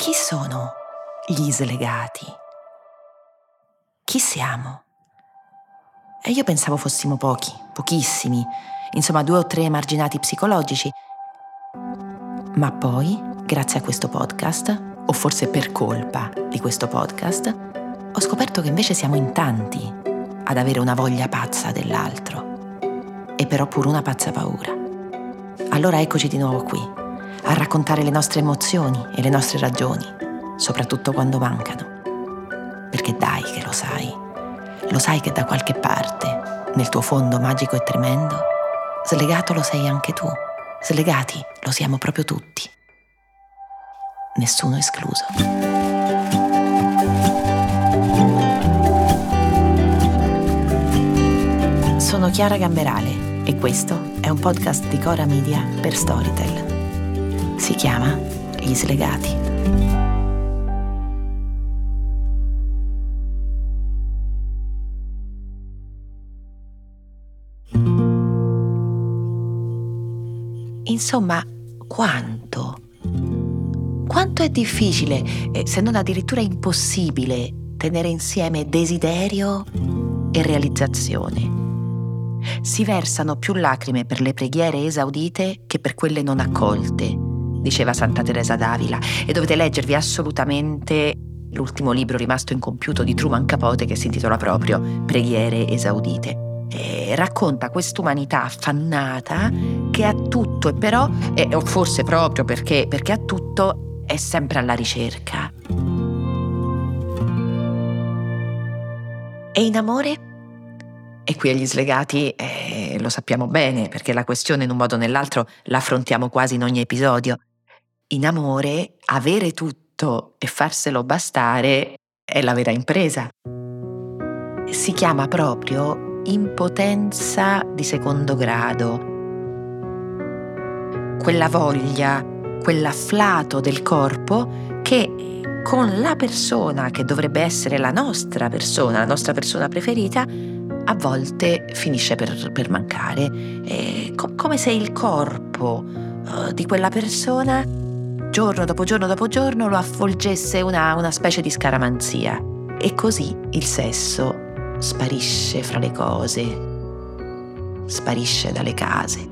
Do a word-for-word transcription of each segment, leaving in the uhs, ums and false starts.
Chi sono gli slegati? Chi siamo? E io pensavo fossimo pochi, pochissimi, insomma due o tre emarginati psicologici. Ma poi, grazie a questo podcast, o forse per colpa di questo podcast, ho scoperto che invece siamo in tanti ad avere una voglia pazza dell'altro, e però pure una pazza paura. Allora eccoci di nuovo qui, a raccontare le nostre emozioni e le nostre ragioni, soprattutto quando mancano. Perché dai che lo sai, lo sai che da qualche parte, nel tuo fondo magico e tremendo, slegato lo sei anche tu, slegati lo siamo proprio tutti. Nessuno escluso. Sono Chiara Gamberale e questo è un podcast di Cora Media per Storytel. Si chiama Gli Slegati. Insomma, quanto? Quanto è difficile, se non addirittura impossibile, tenere insieme desiderio e realizzazione. Si versano più lacrime per le preghiere esaudite che per quelle non accolte, diceva Santa Teresa d'Avila, e dovete leggervi assolutamente l'ultimo libro rimasto incompiuto di Truman Capote che si intitola proprio Preghiere esaudite. E racconta quest'umanità affannata che ha tutto e però, e, o forse proprio perché, perché ha tutto, è sempre alla ricerca. E in amore? E qui agli Slegati eh, lo sappiamo bene, perché la questione in un modo o nell'altro la affrontiamo quasi in ogni episodio. In amore, avere tutto e farselo bastare è la vera impresa. Si chiama proprio impotenza di secondo grado. Quella voglia, quell'afflato del corpo che con la persona che dovrebbe essere la nostra persona, la nostra persona preferita, a volte finisce per, per mancare. È co- come se il corpo uh, di quella persona, giorno dopo giorno dopo giorno, lo avvolgesse una, una specie di scaramanzia. E così il sesso sparisce fra le cose, sparisce dalle case.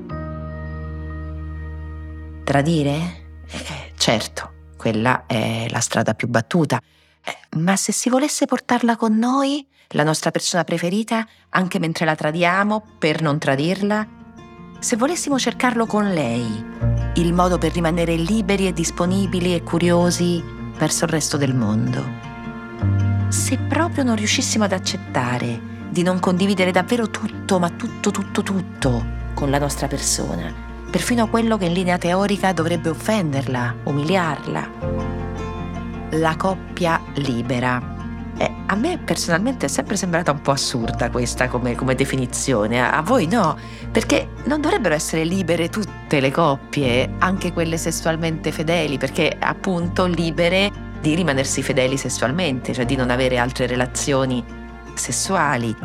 Tradire? Eh, certo, quella è la strada più battuta. Eh, ma se si volesse portarla con noi, la nostra persona preferita, anche mentre la tradiamo, per non tradirla? Se volessimo cercarlo con lei, il modo per rimanere liberi e disponibili e curiosi verso il resto del mondo? Se proprio non riuscissimo ad accettare di non condividere davvero tutto, ma tutto, tutto, tutto con la nostra persona, perfino quello che in linea teorica dovrebbe offenderla, umiliarla. La coppia libera. Eh, a me personalmente è sempre sembrata un po' assurda questa come, come definizione, a, a voi no? Perché non dovrebbero essere libere tutte le coppie, anche quelle sessualmente fedeli, perché appunto libere di rimanersi fedeli sessualmente, cioè di non avere altre relazioni sessuali.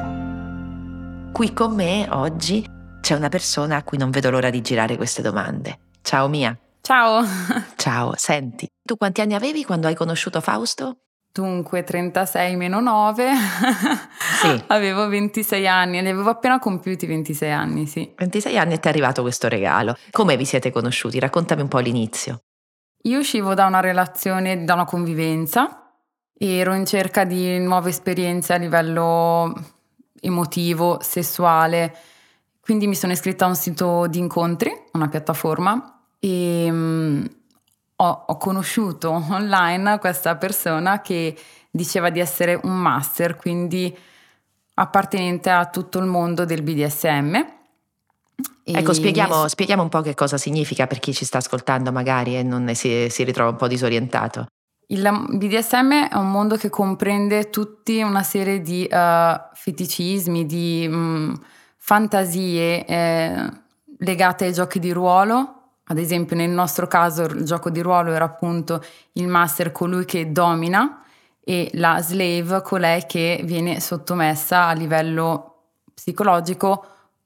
Qui con me oggi c'è una persona a cui non vedo l'ora di girare queste domande. Ciao Mia. Ciao. Ciao, senti, tu quanti anni avevi quando hai conosciuto Fausto? Dunque, trentasei meno nove, Sì. Avevo ventisei anni, ne avevo appena compiuti ventisei anni, sì. ventisei anni e ti è arrivato questo regalo. Come vi siete conosciuti? Raccontami un po' l'inizio. Io uscivo da una relazione, da una convivenza, ero in cerca di nuove esperienze a livello emotivo, sessuale, quindi mi sono iscritta a un sito di incontri, una piattaforma, e um, ho, ho conosciuto online questa persona che diceva di essere un master, quindi appartenente a tutto il mondo del B D S M. Ecco, spieghiamo, mi... spieghiamo un po' che cosa significa per chi ci sta ascoltando magari e non ne si, si ritrova un po' disorientato. Il B D S M è un mondo che comprende tutti una serie di uh, feticismi, di um, fantasie eh, legate ai giochi di ruolo. Ad esempio, nel nostro caso il gioco di ruolo era appunto il master, colui che domina, e la slave, colei che viene sottomessa a livello psicologico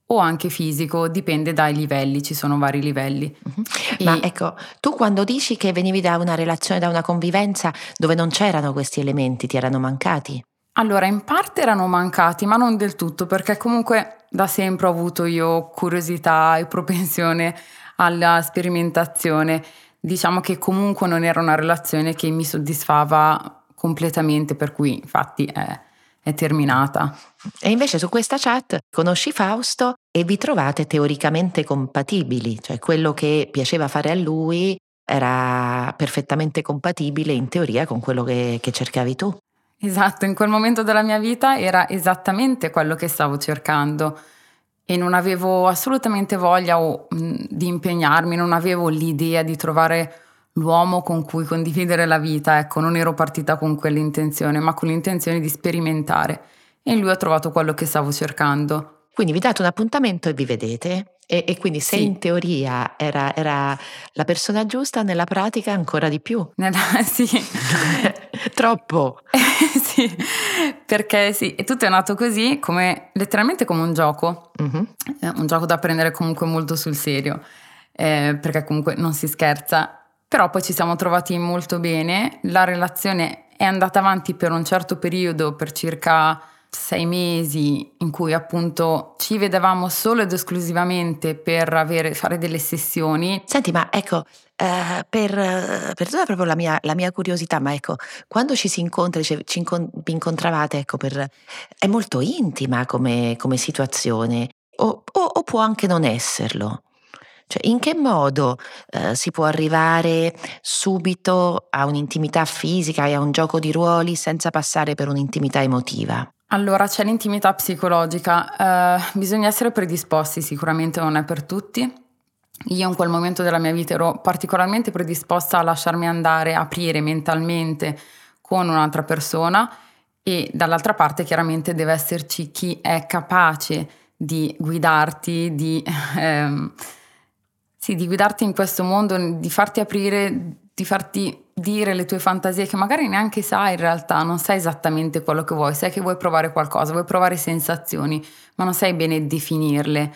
o anche fisico, dipende dai livelli, ci sono vari livelli. Mhm. E Ma ecco, tu quando dici che venivi da una relazione, da una convivenza dove non c'erano questi elementi, ti erano mancati? allora, in parte erano mancati, ma non del tutto, perché comunque da sempre ho avuto io curiosità e propensione alla sperimentazione. Diciamo che comunque non era una relazione che mi soddisfava completamente, per cui infatti è, è terminata. E invece su questa chat conosci Fausto e vi trovate teoricamente compatibili, cioè quello che piaceva fare a lui era perfettamente compatibile in teoria con quello che, che cercavi tu. Esatto, in quel momento della mia vita era esattamente quello che stavo cercando e non avevo assolutamente voglia o, mh, di impegnarmi, non avevo l'idea di trovare l'uomo con cui condividere la vita, ecco, non ero partita con quell'intenzione, ma con l'intenzione di sperimentare e in lui ho trovato quello che stavo cercando. Quindi vi date un appuntamento e vi vedete e, e quindi se in Sì, teoria era, era la persona giusta, nella pratica ancora di più. nella, sì. Troppo. Sì, perché sì, e tutto è nato così, come letteralmente come un gioco, Mhm. eh, un gioco da prendere comunque molto sul serio, eh, perché comunque non si scherza, però poi ci siamo trovati molto bene, la relazione è andata avanti per un certo periodo, per circa sei mesi, in cui appunto ci vedevamo solo ed esclusivamente per avere, fare delle sessioni. Senti, ma ecco, eh, per, eh, perdona proprio la mia, la mia curiosità, ma ecco, quando ci si incontra, cioè, ci incon- vi incontravate, ecco, per, è molto intima come, come situazione, o, o- o può anche non esserlo? Cioè, in che modo eh, si può arrivare subito a un'intimità fisica e a un gioco di ruoli senza passare per un'intimità emotiva? Allora, c'è l'intimità psicologica, eh, bisogna essere predisposti, sicuramente non è per tutti. Io in quel momento della mia vita ero particolarmente predisposta a lasciarmi andare, aprire mentalmente con un'altra persona e dall'altra parte chiaramente deve esserci chi è capace di guidarti, di, ehm, sì, di guidarti in questo mondo, di farti aprire, di farti dire le tue fantasie che magari neanche sai in realtà, non sai esattamente quello che vuoi, sai che vuoi provare qualcosa, vuoi provare sensazioni, ma non sai bene definirle.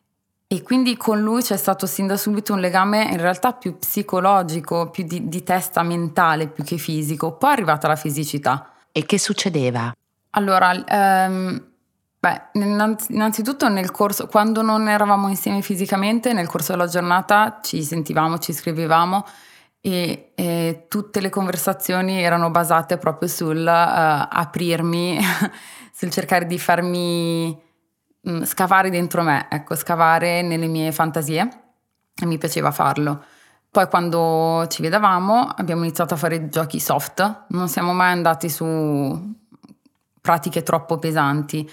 E quindi con lui c'è stato sin da subito un legame in realtà più psicologico, più di, di testa mentale più che fisico. Poi è arrivata la fisicità. E che succedeva? Allora, ehm, beh, innanz- innanzitutto nel corso, quando non eravamo insieme fisicamente, nel corso della giornata ci sentivamo, ci scrivevamo e, e tutte le conversazioni erano basate proprio sul eh, aprirmi, sul cercare di farmi mm, scavare dentro me, ecco, scavare nelle mie fantasie e mi piaceva farlo. Poi quando ci vedevamo abbiamo iniziato a fare giochi soft, non siamo mai andati su pratiche troppo pesanti.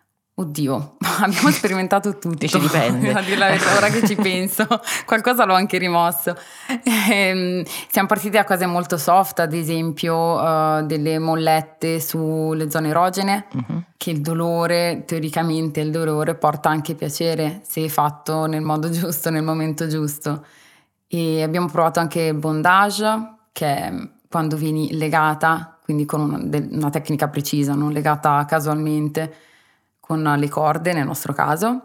Oddio, abbiamo sperimentato tutto, Dici dipende. a dire la verità, ora che ci penso, qualcosa l'ho anche rimosso. Ehm, siamo partiti da cose molto soft, ad esempio eh, delle mollette sulle zone erogene, Mhm. che il dolore, teoricamente il dolore porta anche piacere se fatto nel modo giusto, nel momento giusto. E abbiamo provato anche bondage, che è quando vieni legata, quindi con una, del- una tecnica precisa, non legata casualmente, con le corde nel nostro caso,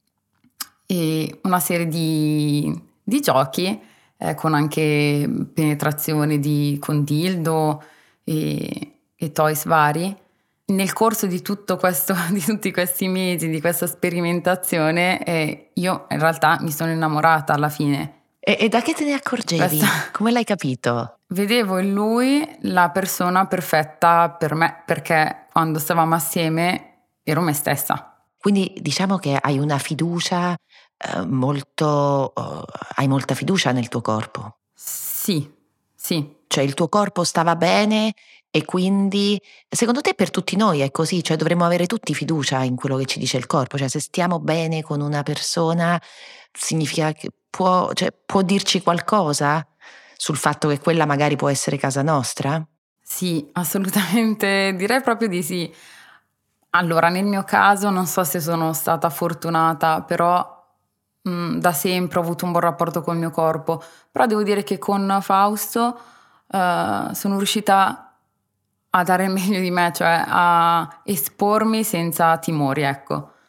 e una serie di, di giochi eh, con anche penetrazione di, con dildo e, e toys vari. Nel corso di tutto questo, di tutti questi mesi, di questa sperimentazione, eh, io in realtà mi sono innamorata alla fine. E, e da che te ne accorgevi? Questa, Come l'hai capito? vedevo in lui la persona perfetta per me, perché quando stavamo assieme ero me stessa. Quindi diciamo che hai una fiducia eh, molto, eh, hai molta fiducia nel tuo corpo. Sì, sì. Cioè il tuo corpo stava bene e quindi secondo te per tutti noi è così? Cioè dovremmo avere tutti fiducia in quello che ci dice il corpo? Cioè se stiamo bene con una persona significa che può, cioè, può dirci qualcosa sul fatto che quella magari può essere casa nostra? Sì, assolutamente, direi proprio di sì. Allora, nel mio caso non so se sono stata fortunata, però mh, da sempre ho avuto un buon rapporto col mio corpo, però devo dire che con Fausto eh, sono riuscita a dare il meglio di me, cioè a espormi senza timori, ecco.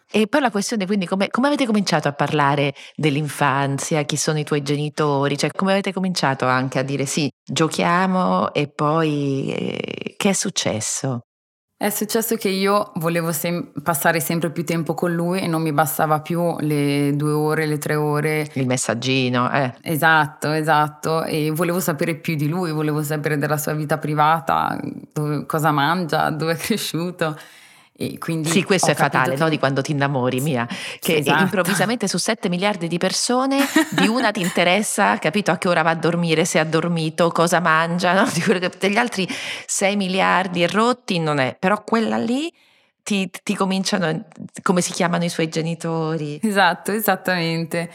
E poi la questione, quindi, come, come avete cominciato a parlare dell'infanzia? Chi sono i tuoi genitori? Cioè, come avete cominciato anche a dire sì, giochiamo, e poi eh, che è successo? È successo che io volevo sem- passare sempre più tempo con lui e non mi bastava più le due ore, le tre ore. Il messaggino, eh. Esatto, esatto, e volevo sapere più di lui, volevo sapere della sua vita privata, dove- cosa mangia, dove è cresciuto, e Sì, quindi questo ho è capito fatale, no? che... Di quando ti innamori, Mia, Sì, che esatto. improvvisamente su sette miliardi di persone, di una ti interessa, capito, a che ora va a dormire, se ha dormito, cosa mangia, no? Di quello che degli altri sei miliardi e rotti non è, però quella lì ti, ti cominciano, come si chiamano i suoi genitori? Esatto, esattamente.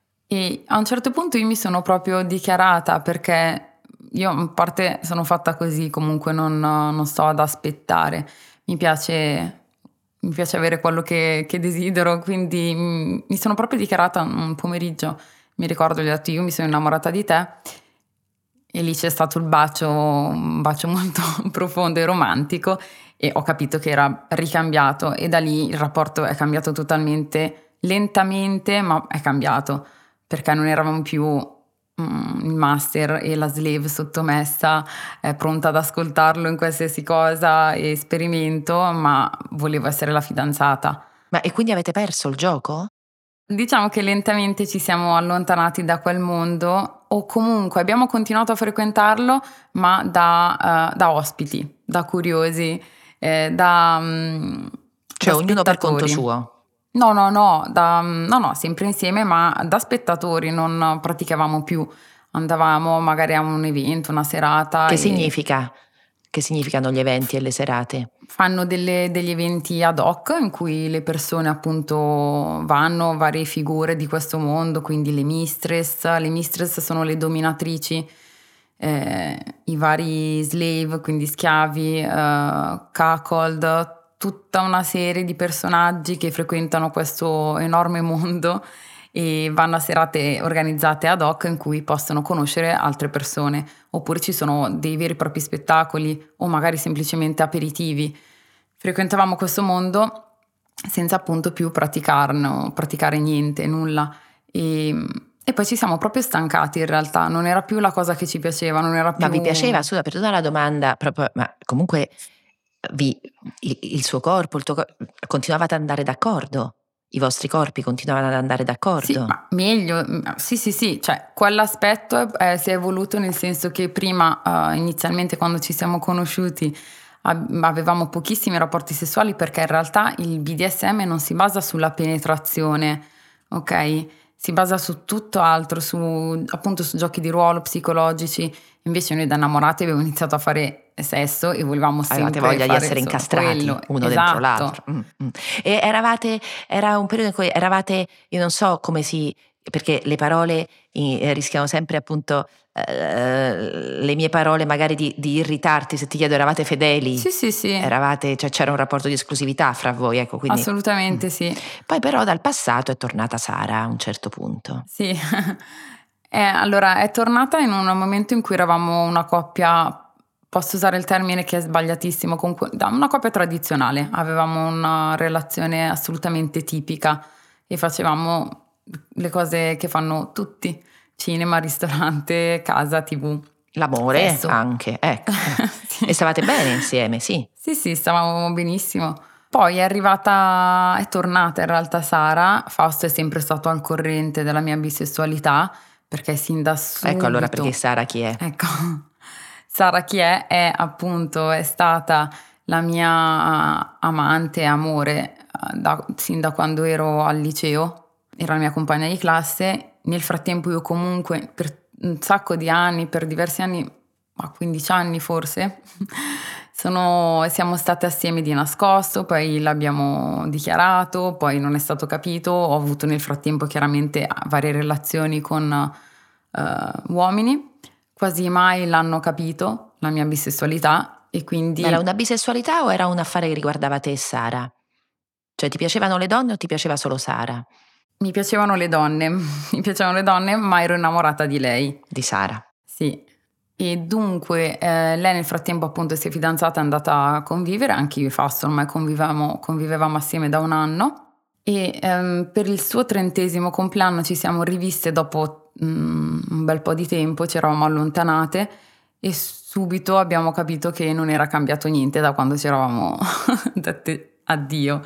E a un certo punto io mi sono proprio dichiarata, perché io a parte sono fatta così, comunque non, non sto ad aspettare, mi piace, mi piace avere quello che, che desidero, quindi mm, mi sono proprio dichiarata un pomeriggio, mi ricordo, gli ho detto io mi sono innamorata di te, e lì c'è stato il bacio, un bacio molto profondo e romantico, e ho capito che era ricambiato, e da lì il rapporto è cambiato totalmente, lentamente, ma è cambiato, perché non eravamo più mm, il master e la slave sottomessa, eh, pronta ad ascoltarlo in qualsiasi cosa e esperimento, ma volevo essere la fidanzata. Ma e quindi avete perso il gioco? Diciamo che lentamente ci siamo allontanati da quel mondo, o comunque abbiamo continuato a frequentarlo, ma da, eh, da ospiti, da curiosi, eh, da, mm, da Cioè ognuno per conto spettatori. suo. No, no, no, da, no, no, sempre insieme, ma da spettatori, non praticavamo più. Andavamo magari a un evento, una serata, Che e significa? Che significano gli eventi e le serate? fanno delle- degli eventi ad hoc in cui le persone appunto vanno, varie figure di questo mondo, quindi le mistress, le mistress sono le dominatrici, eh, i vari slave, quindi schiavi, eh, cuckold, tutta una serie di personaggi che frequentano questo enorme mondo e vanno a serate organizzate ad hoc in cui possono conoscere altre persone, oppure ci sono dei veri e propri spettacoli o magari semplicemente aperitivi. Frequentavamo questo mondo senza appunto più praticarno, praticare niente, nulla. E, e poi ci siamo proprio stancati in realtà, non era più la cosa che ci piaceva, non era Ma più... vi piaceva? Scusa, perdona la domanda, proprio, ma comunque vi, il, il suo corpo, il tuo corpo, continuavate ad andare d'accordo? I vostri corpi continuavano ad andare Sì, d'accordo? ma meglio, mm, sì, sì, sì, cioè quell'aspetto eh, si è evoluto nel senso che prima, eh, inizialmente quando ci siamo conosciuti, ab- avevamo pochissimi rapporti sessuali, perché in realtà il B D S M non si basa sulla penetrazione, ok? Si basa su tutto altro, su appunto su giochi di ruolo psicologici. Invece noi da innamorati abbiamo iniziato a fare sesso e volevamo Avevate sempre voglia di fare essere solo incastrati quello, uno dentro l'altro. esatto. Mm, mm. E eravate, era un periodo in cui eravate, io non so come si, perché le parole eh, rischiano sempre appunto, eh, le mie parole magari di, di irritarti se ti chiedo, eravate fedeli? Sì, sì, sì, Eravate, cioè c'era un rapporto di esclusività fra voi, ecco, quindi... mm. assolutamente sì. Poi però dal passato è tornata Sara a un certo punto. Sì, Eh, allora è tornata in un momento in cui eravamo una coppia, posso usare il termine che è sbagliatissimo, comunque, da- una coppia tradizionale, avevamo una relazione assolutamente tipica e facevamo le cose che fanno tutti, cinema, ristorante, casa, tivù, L'amore sesso. anche, ecco. eh. Sì. E stavate bene insieme, sì. Sì, sì, stavamo benissimo. Poi è arrivata, è tornata in realtà Sara. Fausto è sempre stato al corrente della mia bisessualità, perché sin da Ecco allora perché subito, Sara chi è? ecco, Sara chi è? È appunto, è stata la mia amante, amore, eh, da- sin da quando ero al liceo, era la mia compagna di classe. Nel frattempo io comunque per un sacco di anni, per diversi anni, ma quindici anni forse, sono, siamo state assieme di nascosto, poi l'abbiamo dichiarato, poi non è stato capito, ho avuto nel frattempo chiaramente varie relazioni con eh, uomini, quasi mai l'hanno capito, la mia bisessualità, e Ma era quindi una bisessualità o era un affare che riguardava te e Sara? Cioè ti piacevano le donne o ti piaceva solo Sara? mi piacevano le donne, mi piacevano le donne, ma ero innamorata di lei. Di Sara. Sì, e dunque eh, lei nel frattempo appunto si è fidanzata, è andata a convivere, anche io e Fausto ormai convivevamo, convivevamo assieme da un anno, E um, per il suo trentesimo compleanno ci siamo riviste dopo um, un bel po' di tempo, ci eravamo allontanate e subito abbiamo capito che non era cambiato niente da quando ci eravamo dette addio.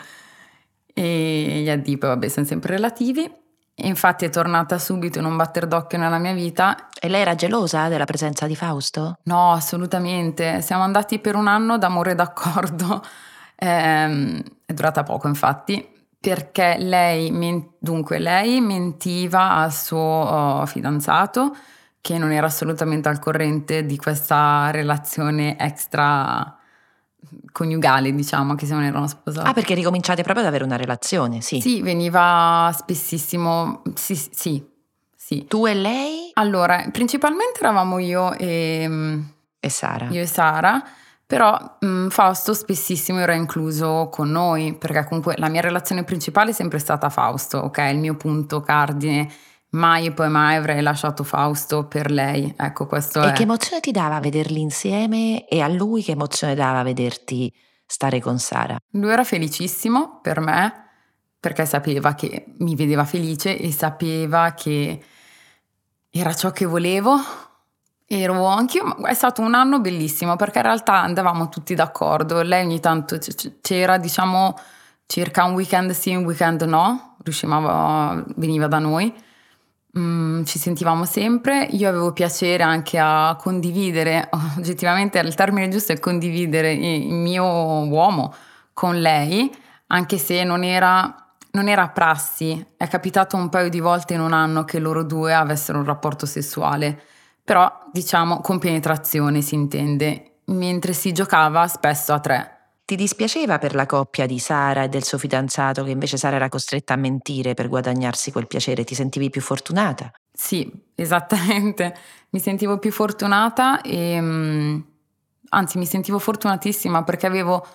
E gli addii poi vabbè sono sempre relativi. E infatti è tornata subito in un batter d'occhio nella mia vita. E lei era gelosa della presenza di Fausto? No, assolutamente. Siamo andati per un anno d'amore d'accordo. Ehm, è durata poco infatti, perché lei, men- dunque lei mentiva al suo uh, fidanzato che non era assolutamente al corrente di questa relazione extra coniugale, diciamo, che se non erano sposati. Ah, perché ricominciate proprio ad avere una relazione, sì. Sì, veniva spessissimo, sì, sì, sì. Tu e lei? Allora, principalmente eravamo io e, E Sara. io e Sara, però mh, Fausto spessissimo era incluso con noi, perché comunque la mia relazione principale è sempre stata Fausto, ok? Il mio punto cardine, mai e poi mai avrei lasciato Fausto per lei, ecco questo E è. che emozione ti dava vederli insieme e a lui che emozione dava vederti stare con Sara? Lui era felicissimo per me, perché sapeva che mi vedeva felice e sapeva che era ciò che volevo. Ero anch'io, è stato un anno bellissimo perché in realtà andavamo tutti d'accordo. Lei ogni tanto c'era, diciamo, circa un weekend sì, un weekend no, riusciva, veniva da noi. Mm, ci sentivamo sempre. Io avevo piacere anche a condividere, oggettivamente il termine giusto è condividere il mio uomo con lei, anche se non era. Non era prassi, è capitato un paio di volte in un anno che loro due avessero un rapporto sessuale, però diciamo con penetrazione si intende, mentre si giocava spesso a tre. Ti dispiaceva per la coppia di Sara e del suo fidanzato che invece Sara era costretta a mentire per guadagnarsi quel piacere? Ti sentivi più fortunata? Sì, esattamente, mi sentivo più fortunata e anzi mi sentivo fortunatissima perché avevo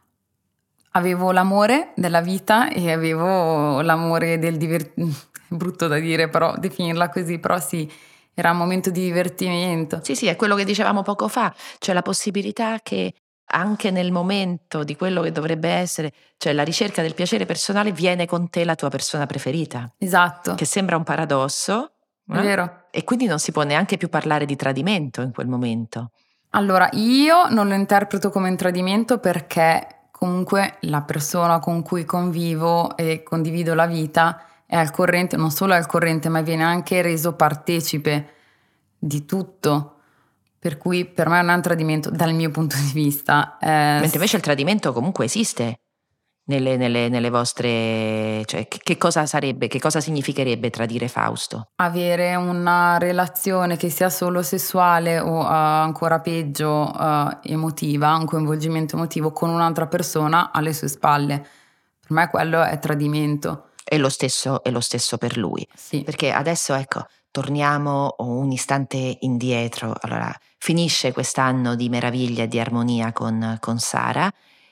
Avevo l'amore della vita e avevo l'amore del divertimento, brutto da dire però definirla così, però sì, era un momento di divertimento. Sì, sì, è quello che dicevamo poco fa, cioè la possibilità che anche nel momento di quello che dovrebbe essere, cioè la ricerca del piacere personale, viene con te la tua persona preferita, Esatto, che sembra un paradosso, è eh? vero. E quindi non si può neanche più parlare di tradimento in quel momento. Allora, io non lo interpreto come un tradimento perché comunque la persona con cui convivo e condivido la vita è al corrente, non solo è al corrente, ma viene anche reso partecipe di tutto. Per cui per me non è un tradimento dal mio punto di vista. Eh, Mentre invece il tradimento comunque esiste nelle, nelle, nelle vostre... cioè che, che cosa sarebbe, che cosa significherebbe tradire Fausto? avere una relazione che sia solo sessuale o uh, ancora peggio uh, emotiva, un coinvolgimento emotivo con un'altra persona alle sue spalle. Per me quello è tradimento. È lo stesso, è lo stesso per lui. Sì. Perché adesso, ecco, torniamo un istante indietro. Allora, finisce quest'anno di meraviglia e di armonia con, con Sara.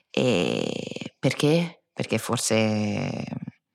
E perché? Perché forse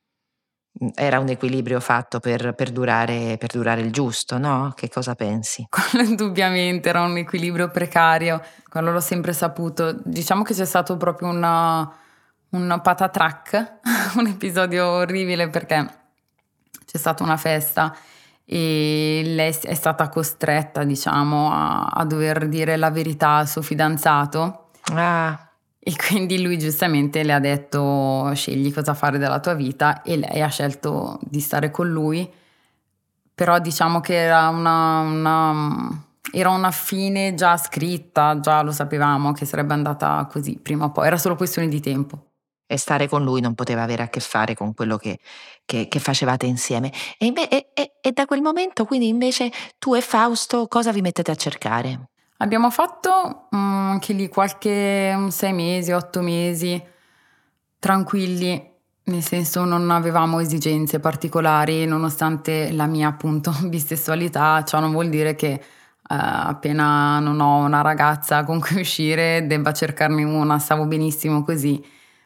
era un equilibrio fatto per, per, durare, per durare il giusto, no? Che cosa pensi? Quello indubbiamente era un equilibrio precario, quello l'ho sempre saputo. Diciamo che c'è stato proprio una, un patatrack, un episodio orribile perché c'è stata una festa e lei è stata costretta, diciamo, a, a dover dire la verità al suo fidanzato. Ah, E quindi lui giustamente le ha detto scegli cosa fare della tua vita e lei ha scelto di stare con lui, però diciamo che era una, una, era una fine già scritta, già lo sapevamo che sarebbe andata così prima o poi, era solo questione di tempo. e stare con lui non poteva avere a che fare con quello che, che, che facevate insieme. E, inve- e, e, e da quel momento, quindi, invece, tu e Fausto cosa vi mettete a cercare? Abbiamo fatto um, anche lì qualche um, sei mesi, otto mesi, tranquilli, nel senso non avevamo esigenze particolari, nonostante la mia appunto bisessualità, ciò non vuol dire che Uh, appena non ho una ragazza con cui uscire debba cercarne una, stavo benissimo così.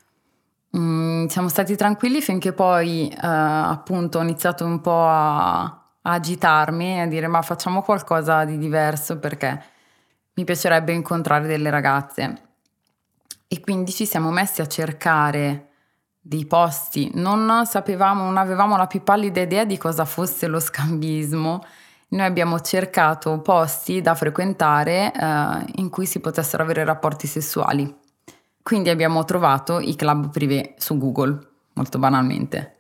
Mm, siamo stati tranquilli finché poi uh, appunto ho iniziato un po' a, a agitarmi e a dire ma facciamo qualcosa di diverso perché mi piacerebbe incontrare delle ragazze. E quindi ci siamo messi a cercare dei posti, non sapevamo, non avevamo la più pallida idea di cosa fosse lo scambismo. Noi abbiamo cercato posti da frequentare eh, in cui si potessero avere rapporti sessuali. Quindi abbiamo trovato i club privé su Google, molto banalmente.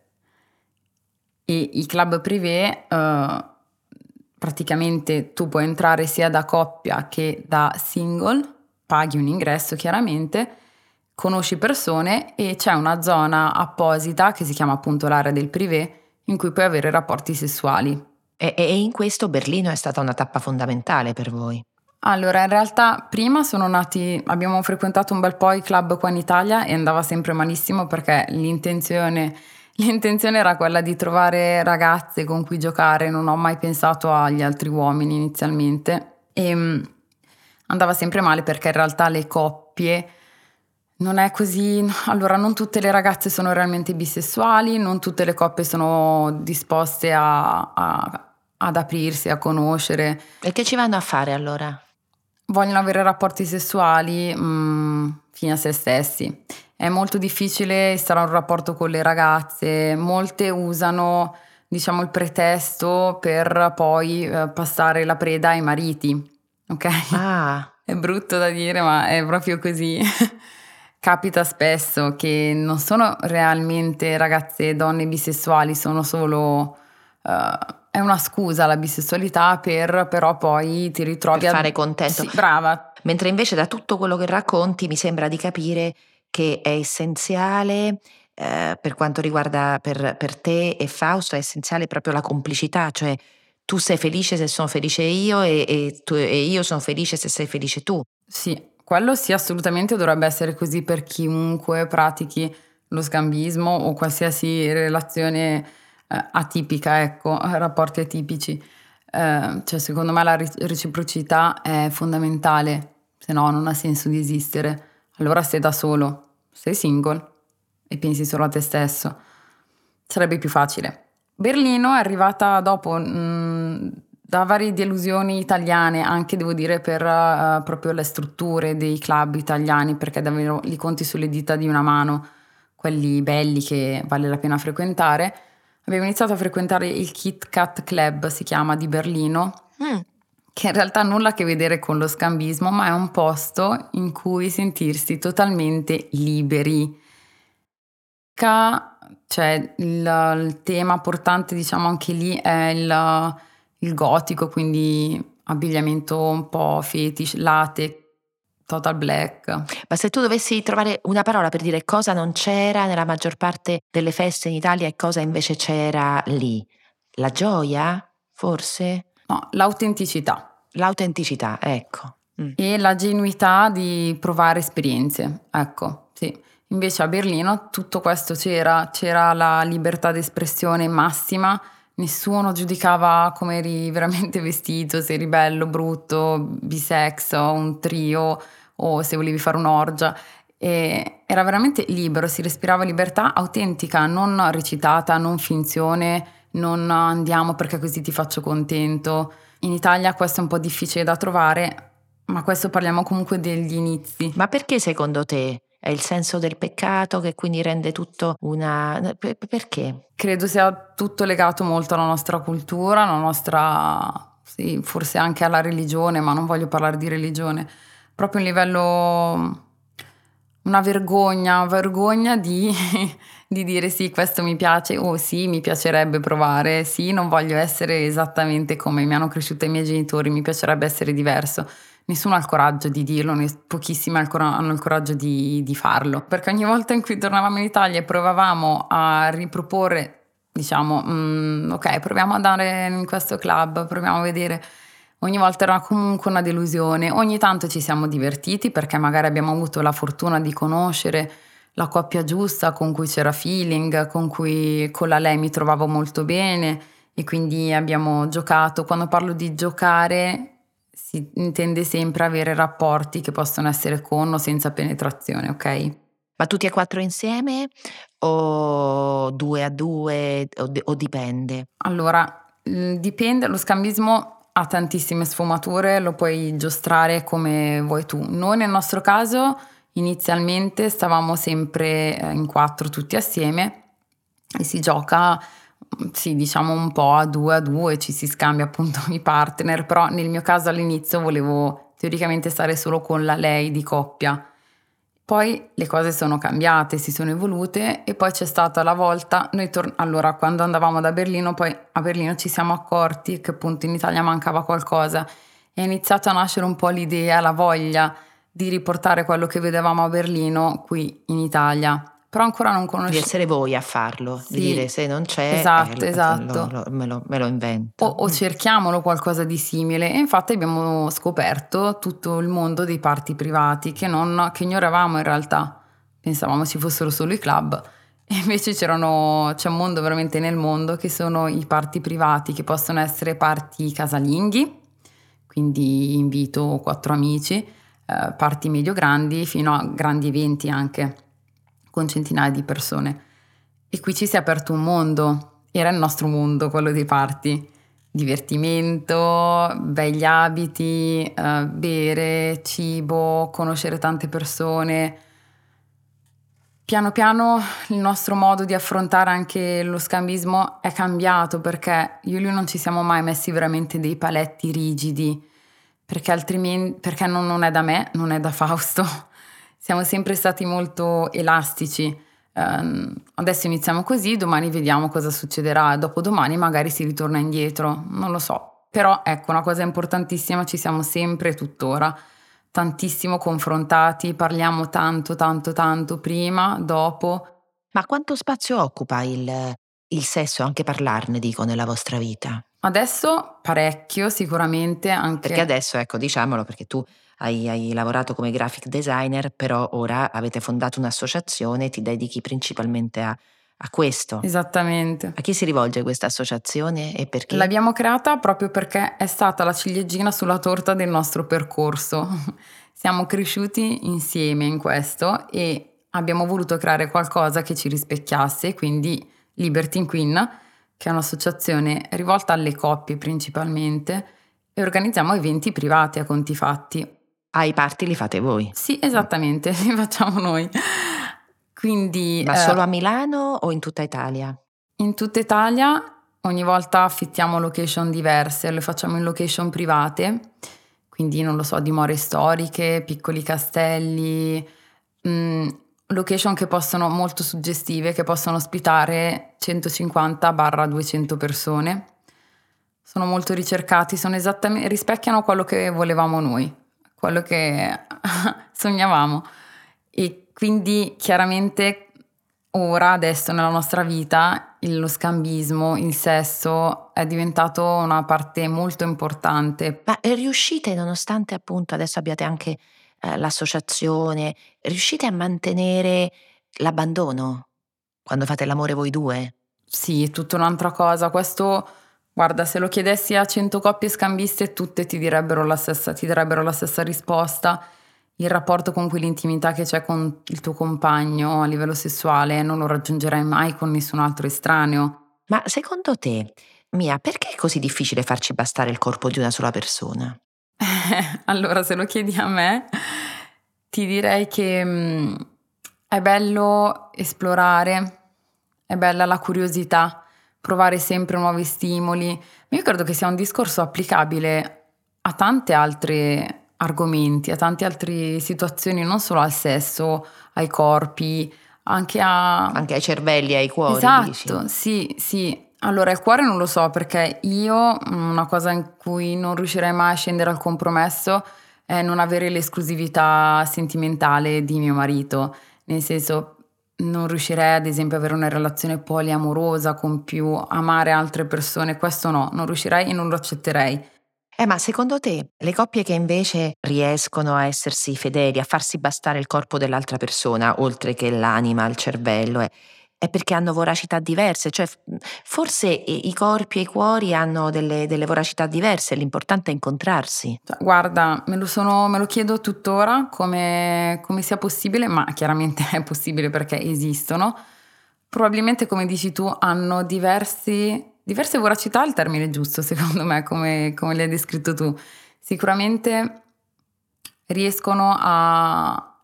E i club privé, eh, praticamente tu puoi entrare sia da coppia che da single, paghi un ingresso chiaramente, conosci persone e c'è una zona apposita che si chiama appunto l'area del privé in cui puoi avere rapporti sessuali. E, e in questo Berlino è stata una tappa fondamentale per voi. Allora, in realtà prima sono nati, abbiamo frequentato un bel po' i club qua in Italia e andava sempre malissimo perché l'intenzione, l'intenzione era quella di trovare ragazze con cui giocare, non ho mai pensato agli altri uomini inizialmente e um, andava sempre male perché in realtà le coppie non è così, allora non tutte le ragazze sono realmente bisessuali, non tutte le coppie sono disposte a, a ad aprirsi, a conoscere. E che ci vanno a fare allora? Vogliono avere rapporti sessuali mh, fine a se stessi. È molto difficile instaurare un rapporto con le ragazze, molte usano, diciamo, il pretesto per poi eh, passare la preda ai mariti, ok? Ah, È brutto da dire, ma è proprio così. Capita spesso che non sono realmente ragazze e donne bisessuali, sono solo... Uh, è una scusa la bisessualità per però poi ti ritrovi per a... fare contento. Sì, brava. Mentre invece da tutto quello che racconti mi sembra di capire che è essenziale, eh, per quanto riguarda per, per te e Fausto, è essenziale proprio la complicità, cioè tu sei felice se sono felice io e, e, tu, e io sono felice se sei felice tu. Sì, quello sì, assolutamente dovrebbe essere così per chiunque pratichi lo scambismo o qualsiasi relazione eh, atipica, ecco, rapporti atipici. Eh, cioè, secondo me la reciprocità è fondamentale, se no non ha senso di esistere. Allora sei da solo, sei single e pensi solo a te stesso. Sarebbe più facile. Berlino è arrivata dopo... Mh, da varie delusioni italiane, anche devo dire per uh, proprio le strutture dei club italiani, perché davvero li conti sulle dita di una mano, quelli belli che vale la pena frequentare. Abbiamo iniziato a frequentare il Kit Kat Club, si chiama, di Berlino, mm. che in realtà nulla a che vedere con lo scambismo, ma è un posto in cui sentirsi totalmente liberi. Cioè il, il tema portante, diciamo, anche lì è il... il gotico, quindi abbigliamento un po' fetish, latex, total black. Ma se tu dovessi trovare una parola per dire cosa non c'era nella maggior parte delle feste in Italia e cosa invece c'era lì, la gioia, forse? No, l'autenticità. L'autenticità, ecco. Mm. E la genuità di provare esperienze, ecco, sì. Invece a Berlino tutto questo c'era, c'era la libertà d'espressione massima. Nessuno giudicava come eri veramente vestito, se eri bello, brutto, bisex o un trio o se volevi fare un'orgia. E era veramente libero, si respirava libertà autentica, non recitata, non finzione, non andiamo perché così ti faccio contento. In Italia questo è un po' difficile da trovare, ma questo parliamo comunque degli inizi. Ma perché secondo te? È il senso del peccato che quindi rende tutto una... Perché? Credo sia tutto legato molto alla nostra cultura, alla nostra... sì, forse anche alla religione, ma non voglio parlare di religione. Proprio un livello... una vergogna, vergogna di, di dire sì, questo mi piace, o oh, sì, mi piacerebbe provare, sì, non voglio essere esattamente come mi hanno cresciuto i miei genitori, mi piacerebbe essere diverso. Nessuno ha il coraggio di dirlo, pochissimi hanno il coraggio di, di farlo, perché ogni volta in cui tornavamo in Italia e provavamo a riproporre, diciamo, mm, ok, proviamo ad andare in questo club, proviamo a vedere, ogni volta era comunque una delusione. Ogni tanto ci siamo divertiti perché magari abbiamo avuto la fortuna di conoscere la coppia giusta con cui c'era feeling, con cui con la lei mi trovavo molto bene e quindi abbiamo giocato. Quando parlo di giocare si intende sempre avere rapporti che possono essere con o senza penetrazione, ok? Ma tutti e quattro insieme o due a due o, o dipende? Allora, dipende, lo scambismo ha tantissime sfumature, lo puoi giostrare come vuoi tu. Noi nel nostro caso Inizialmente stavamo sempre eh, in quattro tutti assieme e si gioca, sì, diciamo un po' a due a due, ci si scambia appunto i partner, però nel mio caso all'inizio volevo teoricamente stare solo con la lei di coppia. Poi le cose sono cambiate, si sono evolute e poi c'è stata la volta, noi tor- allora quando andavamo da Berlino, poi a Berlino ci siamo accorti che appunto in Italia mancava qualcosa, è iniziata a nascere un po' l'idea, la voglia di riportare quello che vedevamo a Berlino qui in Italia, però ancora non Di conosciamo. essere voi a farlo, di dire Sì, se non c'è, eh, esatto, lo- lo- esatto. lo- me, lo, me lo O, invento. o Mm. cerchiamolo qualcosa di simile e infatti abbiamo scoperto tutto il mondo dei party privati che, non, che ignoravamo in realtà, pensavamo ci fossero solo i club e invece c'erano, c'è un mondo veramente nel mondo che sono i party privati che possono essere party casalinghi, quindi invito quattro amici, eh, party medio grandi fino a grandi eventi anche con centinaia di persone e qui ci si è aperto un mondo, era il nostro mondo quello dei party. Divertimento, begli abiti, eh, bere, cibo, conoscere tante persone. Piano piano il nostro modo di affrontare anche lo scambismo è cambiato perché io e lui non ci siamo mai messi veramente dei paletti rigidi, perché altrimenti, perché non, non è da me, non è da Fausto. Siamo sempre stati molto elastici. Ehm, adesso iniziamo così, domani vediamo cosa succederà, dopodomani magari si ritorna indietro, non lo so. Però ecco, una cosa importantissima, ci siamo sempre tuttora tantissimo confrontati, parliamo tanto, tanto, tanto prima, dopo. Ma quanto spazio occupa il, il sesso, anche parlarne, dico, nella vostra vita? Adesso parecchio, sicuramente Perché anche. adesso, ecco, diciamolo, perché tu hai, hai lavorato come graphic designer, però ora avete fondato un'associazione e ti dedichi principalmente a, a questo. Esattamente. A chi si rivolge questa associazione e perché? L'abbiamo creata proprio perché è stata la ciliegina sulla torta del nostro percorso. Siamo cresciuti insieme in questo e abbiamo voluto creare qualcosa che ci rispecchiasse, quindi Liberty Queen, che è un'associazione rivolta alle coppie principalmente, e organizziamo eventi privati a conti fatti. Ah, i party li fate voi. Sì, esattamente, li facciamo noi. Quindi Ma eh, solo a Milano o in tutta Italia? in tutta Italia ogni volta affittiamo location diverse, le facciamo in location private, quindi non lo so, dimore storiche, piccoli castelli, mh, location che possono, molto suggestive, che possono ospitare centocinquanta duecento persone. Sono molto ricercati, sono esattamente, rispecchiano quello che volevamo noi, quello che sognavamo. E quindi chiaramente ora, adesso nella nostra vita, il- lo scambismo, il sesso è diventato una parte molto importante. Ma eh, riuscite, nonostante appunto adesso abbiate anche eh, l'associazione, riuscite a mantenere l'abbandono quando fate l'amore voi due? Sì, è tutta un'altra cosa. Questo, guarda, se lo chiedessi a cento coppie scambiste, tutte ti direbbero la stessa, ti darebbero la stessa risposta. Il rapporto con cui l'intimità che c'è con il tuo compagno a livello sessuale non lo raggiungerai mai con nessun altro estraneo. Ma secondo te, Mia, perché è così difficile farci bastare il corpo di una sola persona? Allora, se lo chiedi a me, ti direi che mm, è bello esplorare, è bella la curiosità, provare sempre nuovi stimoli. Ma io credo che sia un discorso applicabile a tante altre argomenti, a tante altre situazioni, non solo al sesso, ai corpi, anche a. Anche ai cervelli e ai cuori, dici? Esatto, sì, sì. Allora, il cuore non lo so perché io mm, una cosa in cui non riuscirei mai a scendere al compromesso è non avere l'esclusività sentimentale di mio marito. Nel senso, non riuscirei ad esempio ad avere una relazione poliamorosa con più amare altre persone. Questo no, non riuscirei e non lo accetterei. Eh, ma secondo te le coppie che invece riescono a essersi fedeli, a farsi bastare il corpo dell'altra persona, oltre che l'anima, il cervello, è, è perché hanno voracità diverse? Cioè, f- forse i, i corpi e i cuori hanno delle, delle voracità diverse, l'importante è incontrarsi. Cioè, guarda, me lo, sono, me lo chiedo tuttora come, come sia possibile, ma chiaramente è possibile perché esistono. Probabilmente, come dici tu, hanno diversi, diverse voracità, è il termine giusto, secondo me, come, come le hai descritto tu. Sicuramente riescono a,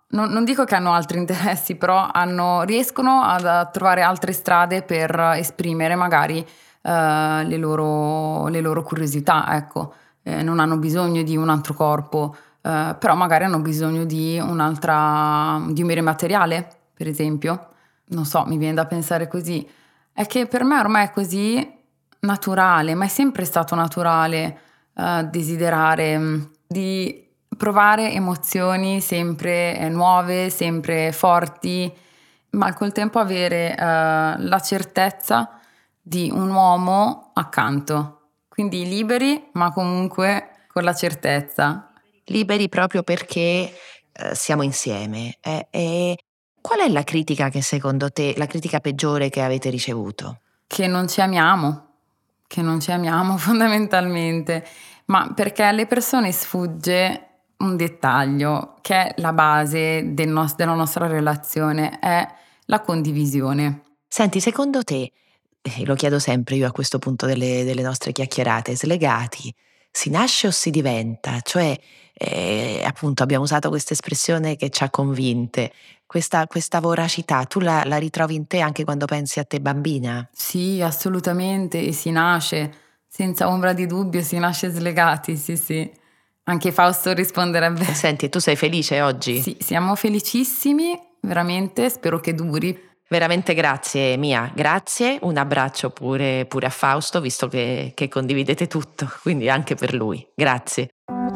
non, non dico che hanno altri interessi, però hanno, riescono ad, a trovare altre strade per esprimere magari eh, le, loro, le loro curiosità, ecco. Eh, non hanno bisogno di un altro corpo, eh, però magari hanno bisogno di un'altra, di un bene materiale, per esempio. Non so, mi viene da pensare così. È che per me ormai è così naturale, ma è sempre stato naturale eh, desiderare mh, di provare emozioni sempre eh, nuove, sempre forti, ma col tempo avere eh, la certezza di un uomo accanto. Quindi liberi, ma comunque con la certezza. Liberi proprio perché eh, siamo insieme. E, e qual è la critica che secondo te, la critica peggiore che avete ricevuto? Che non ci amiamo, che non ci amiamo fondamentalmente, ma perché alle persone sfugge un dettaglio che è la base del nos- della nostra relazione, è la condivisione. Senti, secondo te, e lo chiedo sempre io a questo punto delle, delle nostre chiacchierate, slegati, si nasce o si diventa? Cioè, eh, appunto, abbiamo usato questa espressione che ci ha convinte, questa, questa voracità, tu la, la ritrovi in te anche quando pensi a te bambina? Sì, assolutamente, e si nasce, senza ombra di dubbio, si nasce slegati, sì, sì. Anche Fausto risponderebbe. E senti, tu sei felice oggi? Sì, siamo felicissimi, veramente, spero che duri. Veramente grazie Mia, grazie, un abbraccio pure, pure a Fausto, visto che, che condividete tutto, quindi anche per lui. Grazie.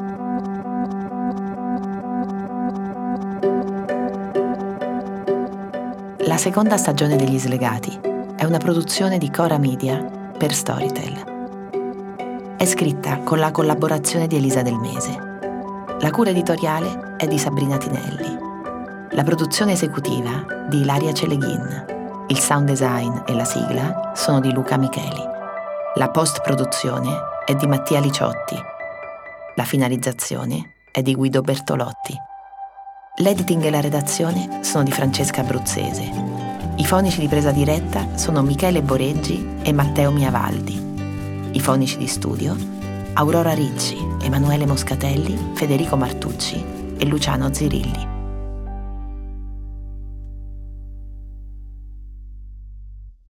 La seconda stagione degli Slegati è una produzione di Cora Media per Storytel. È scritta con la collaborazione di Elisa Del Mese. La cura editoriale è di Sabrina Tinelli. La produzione esecutiva di Ilaria Celeghin. Il sound design e la sigla sono di Luca Micheli. La post-produzione è di Mattia Liciotti. La finalizzazione è di Guido Bertolotti. L'editing e la redazione sono di Francesca Abruzzese. I fonici di presa diretta sono Michele Boreggi e Matteo Miavaldi. I fonici di studio Aurora Ricci, Emanuele Moscatelli, Federico Martucci e Luciano Zirilli.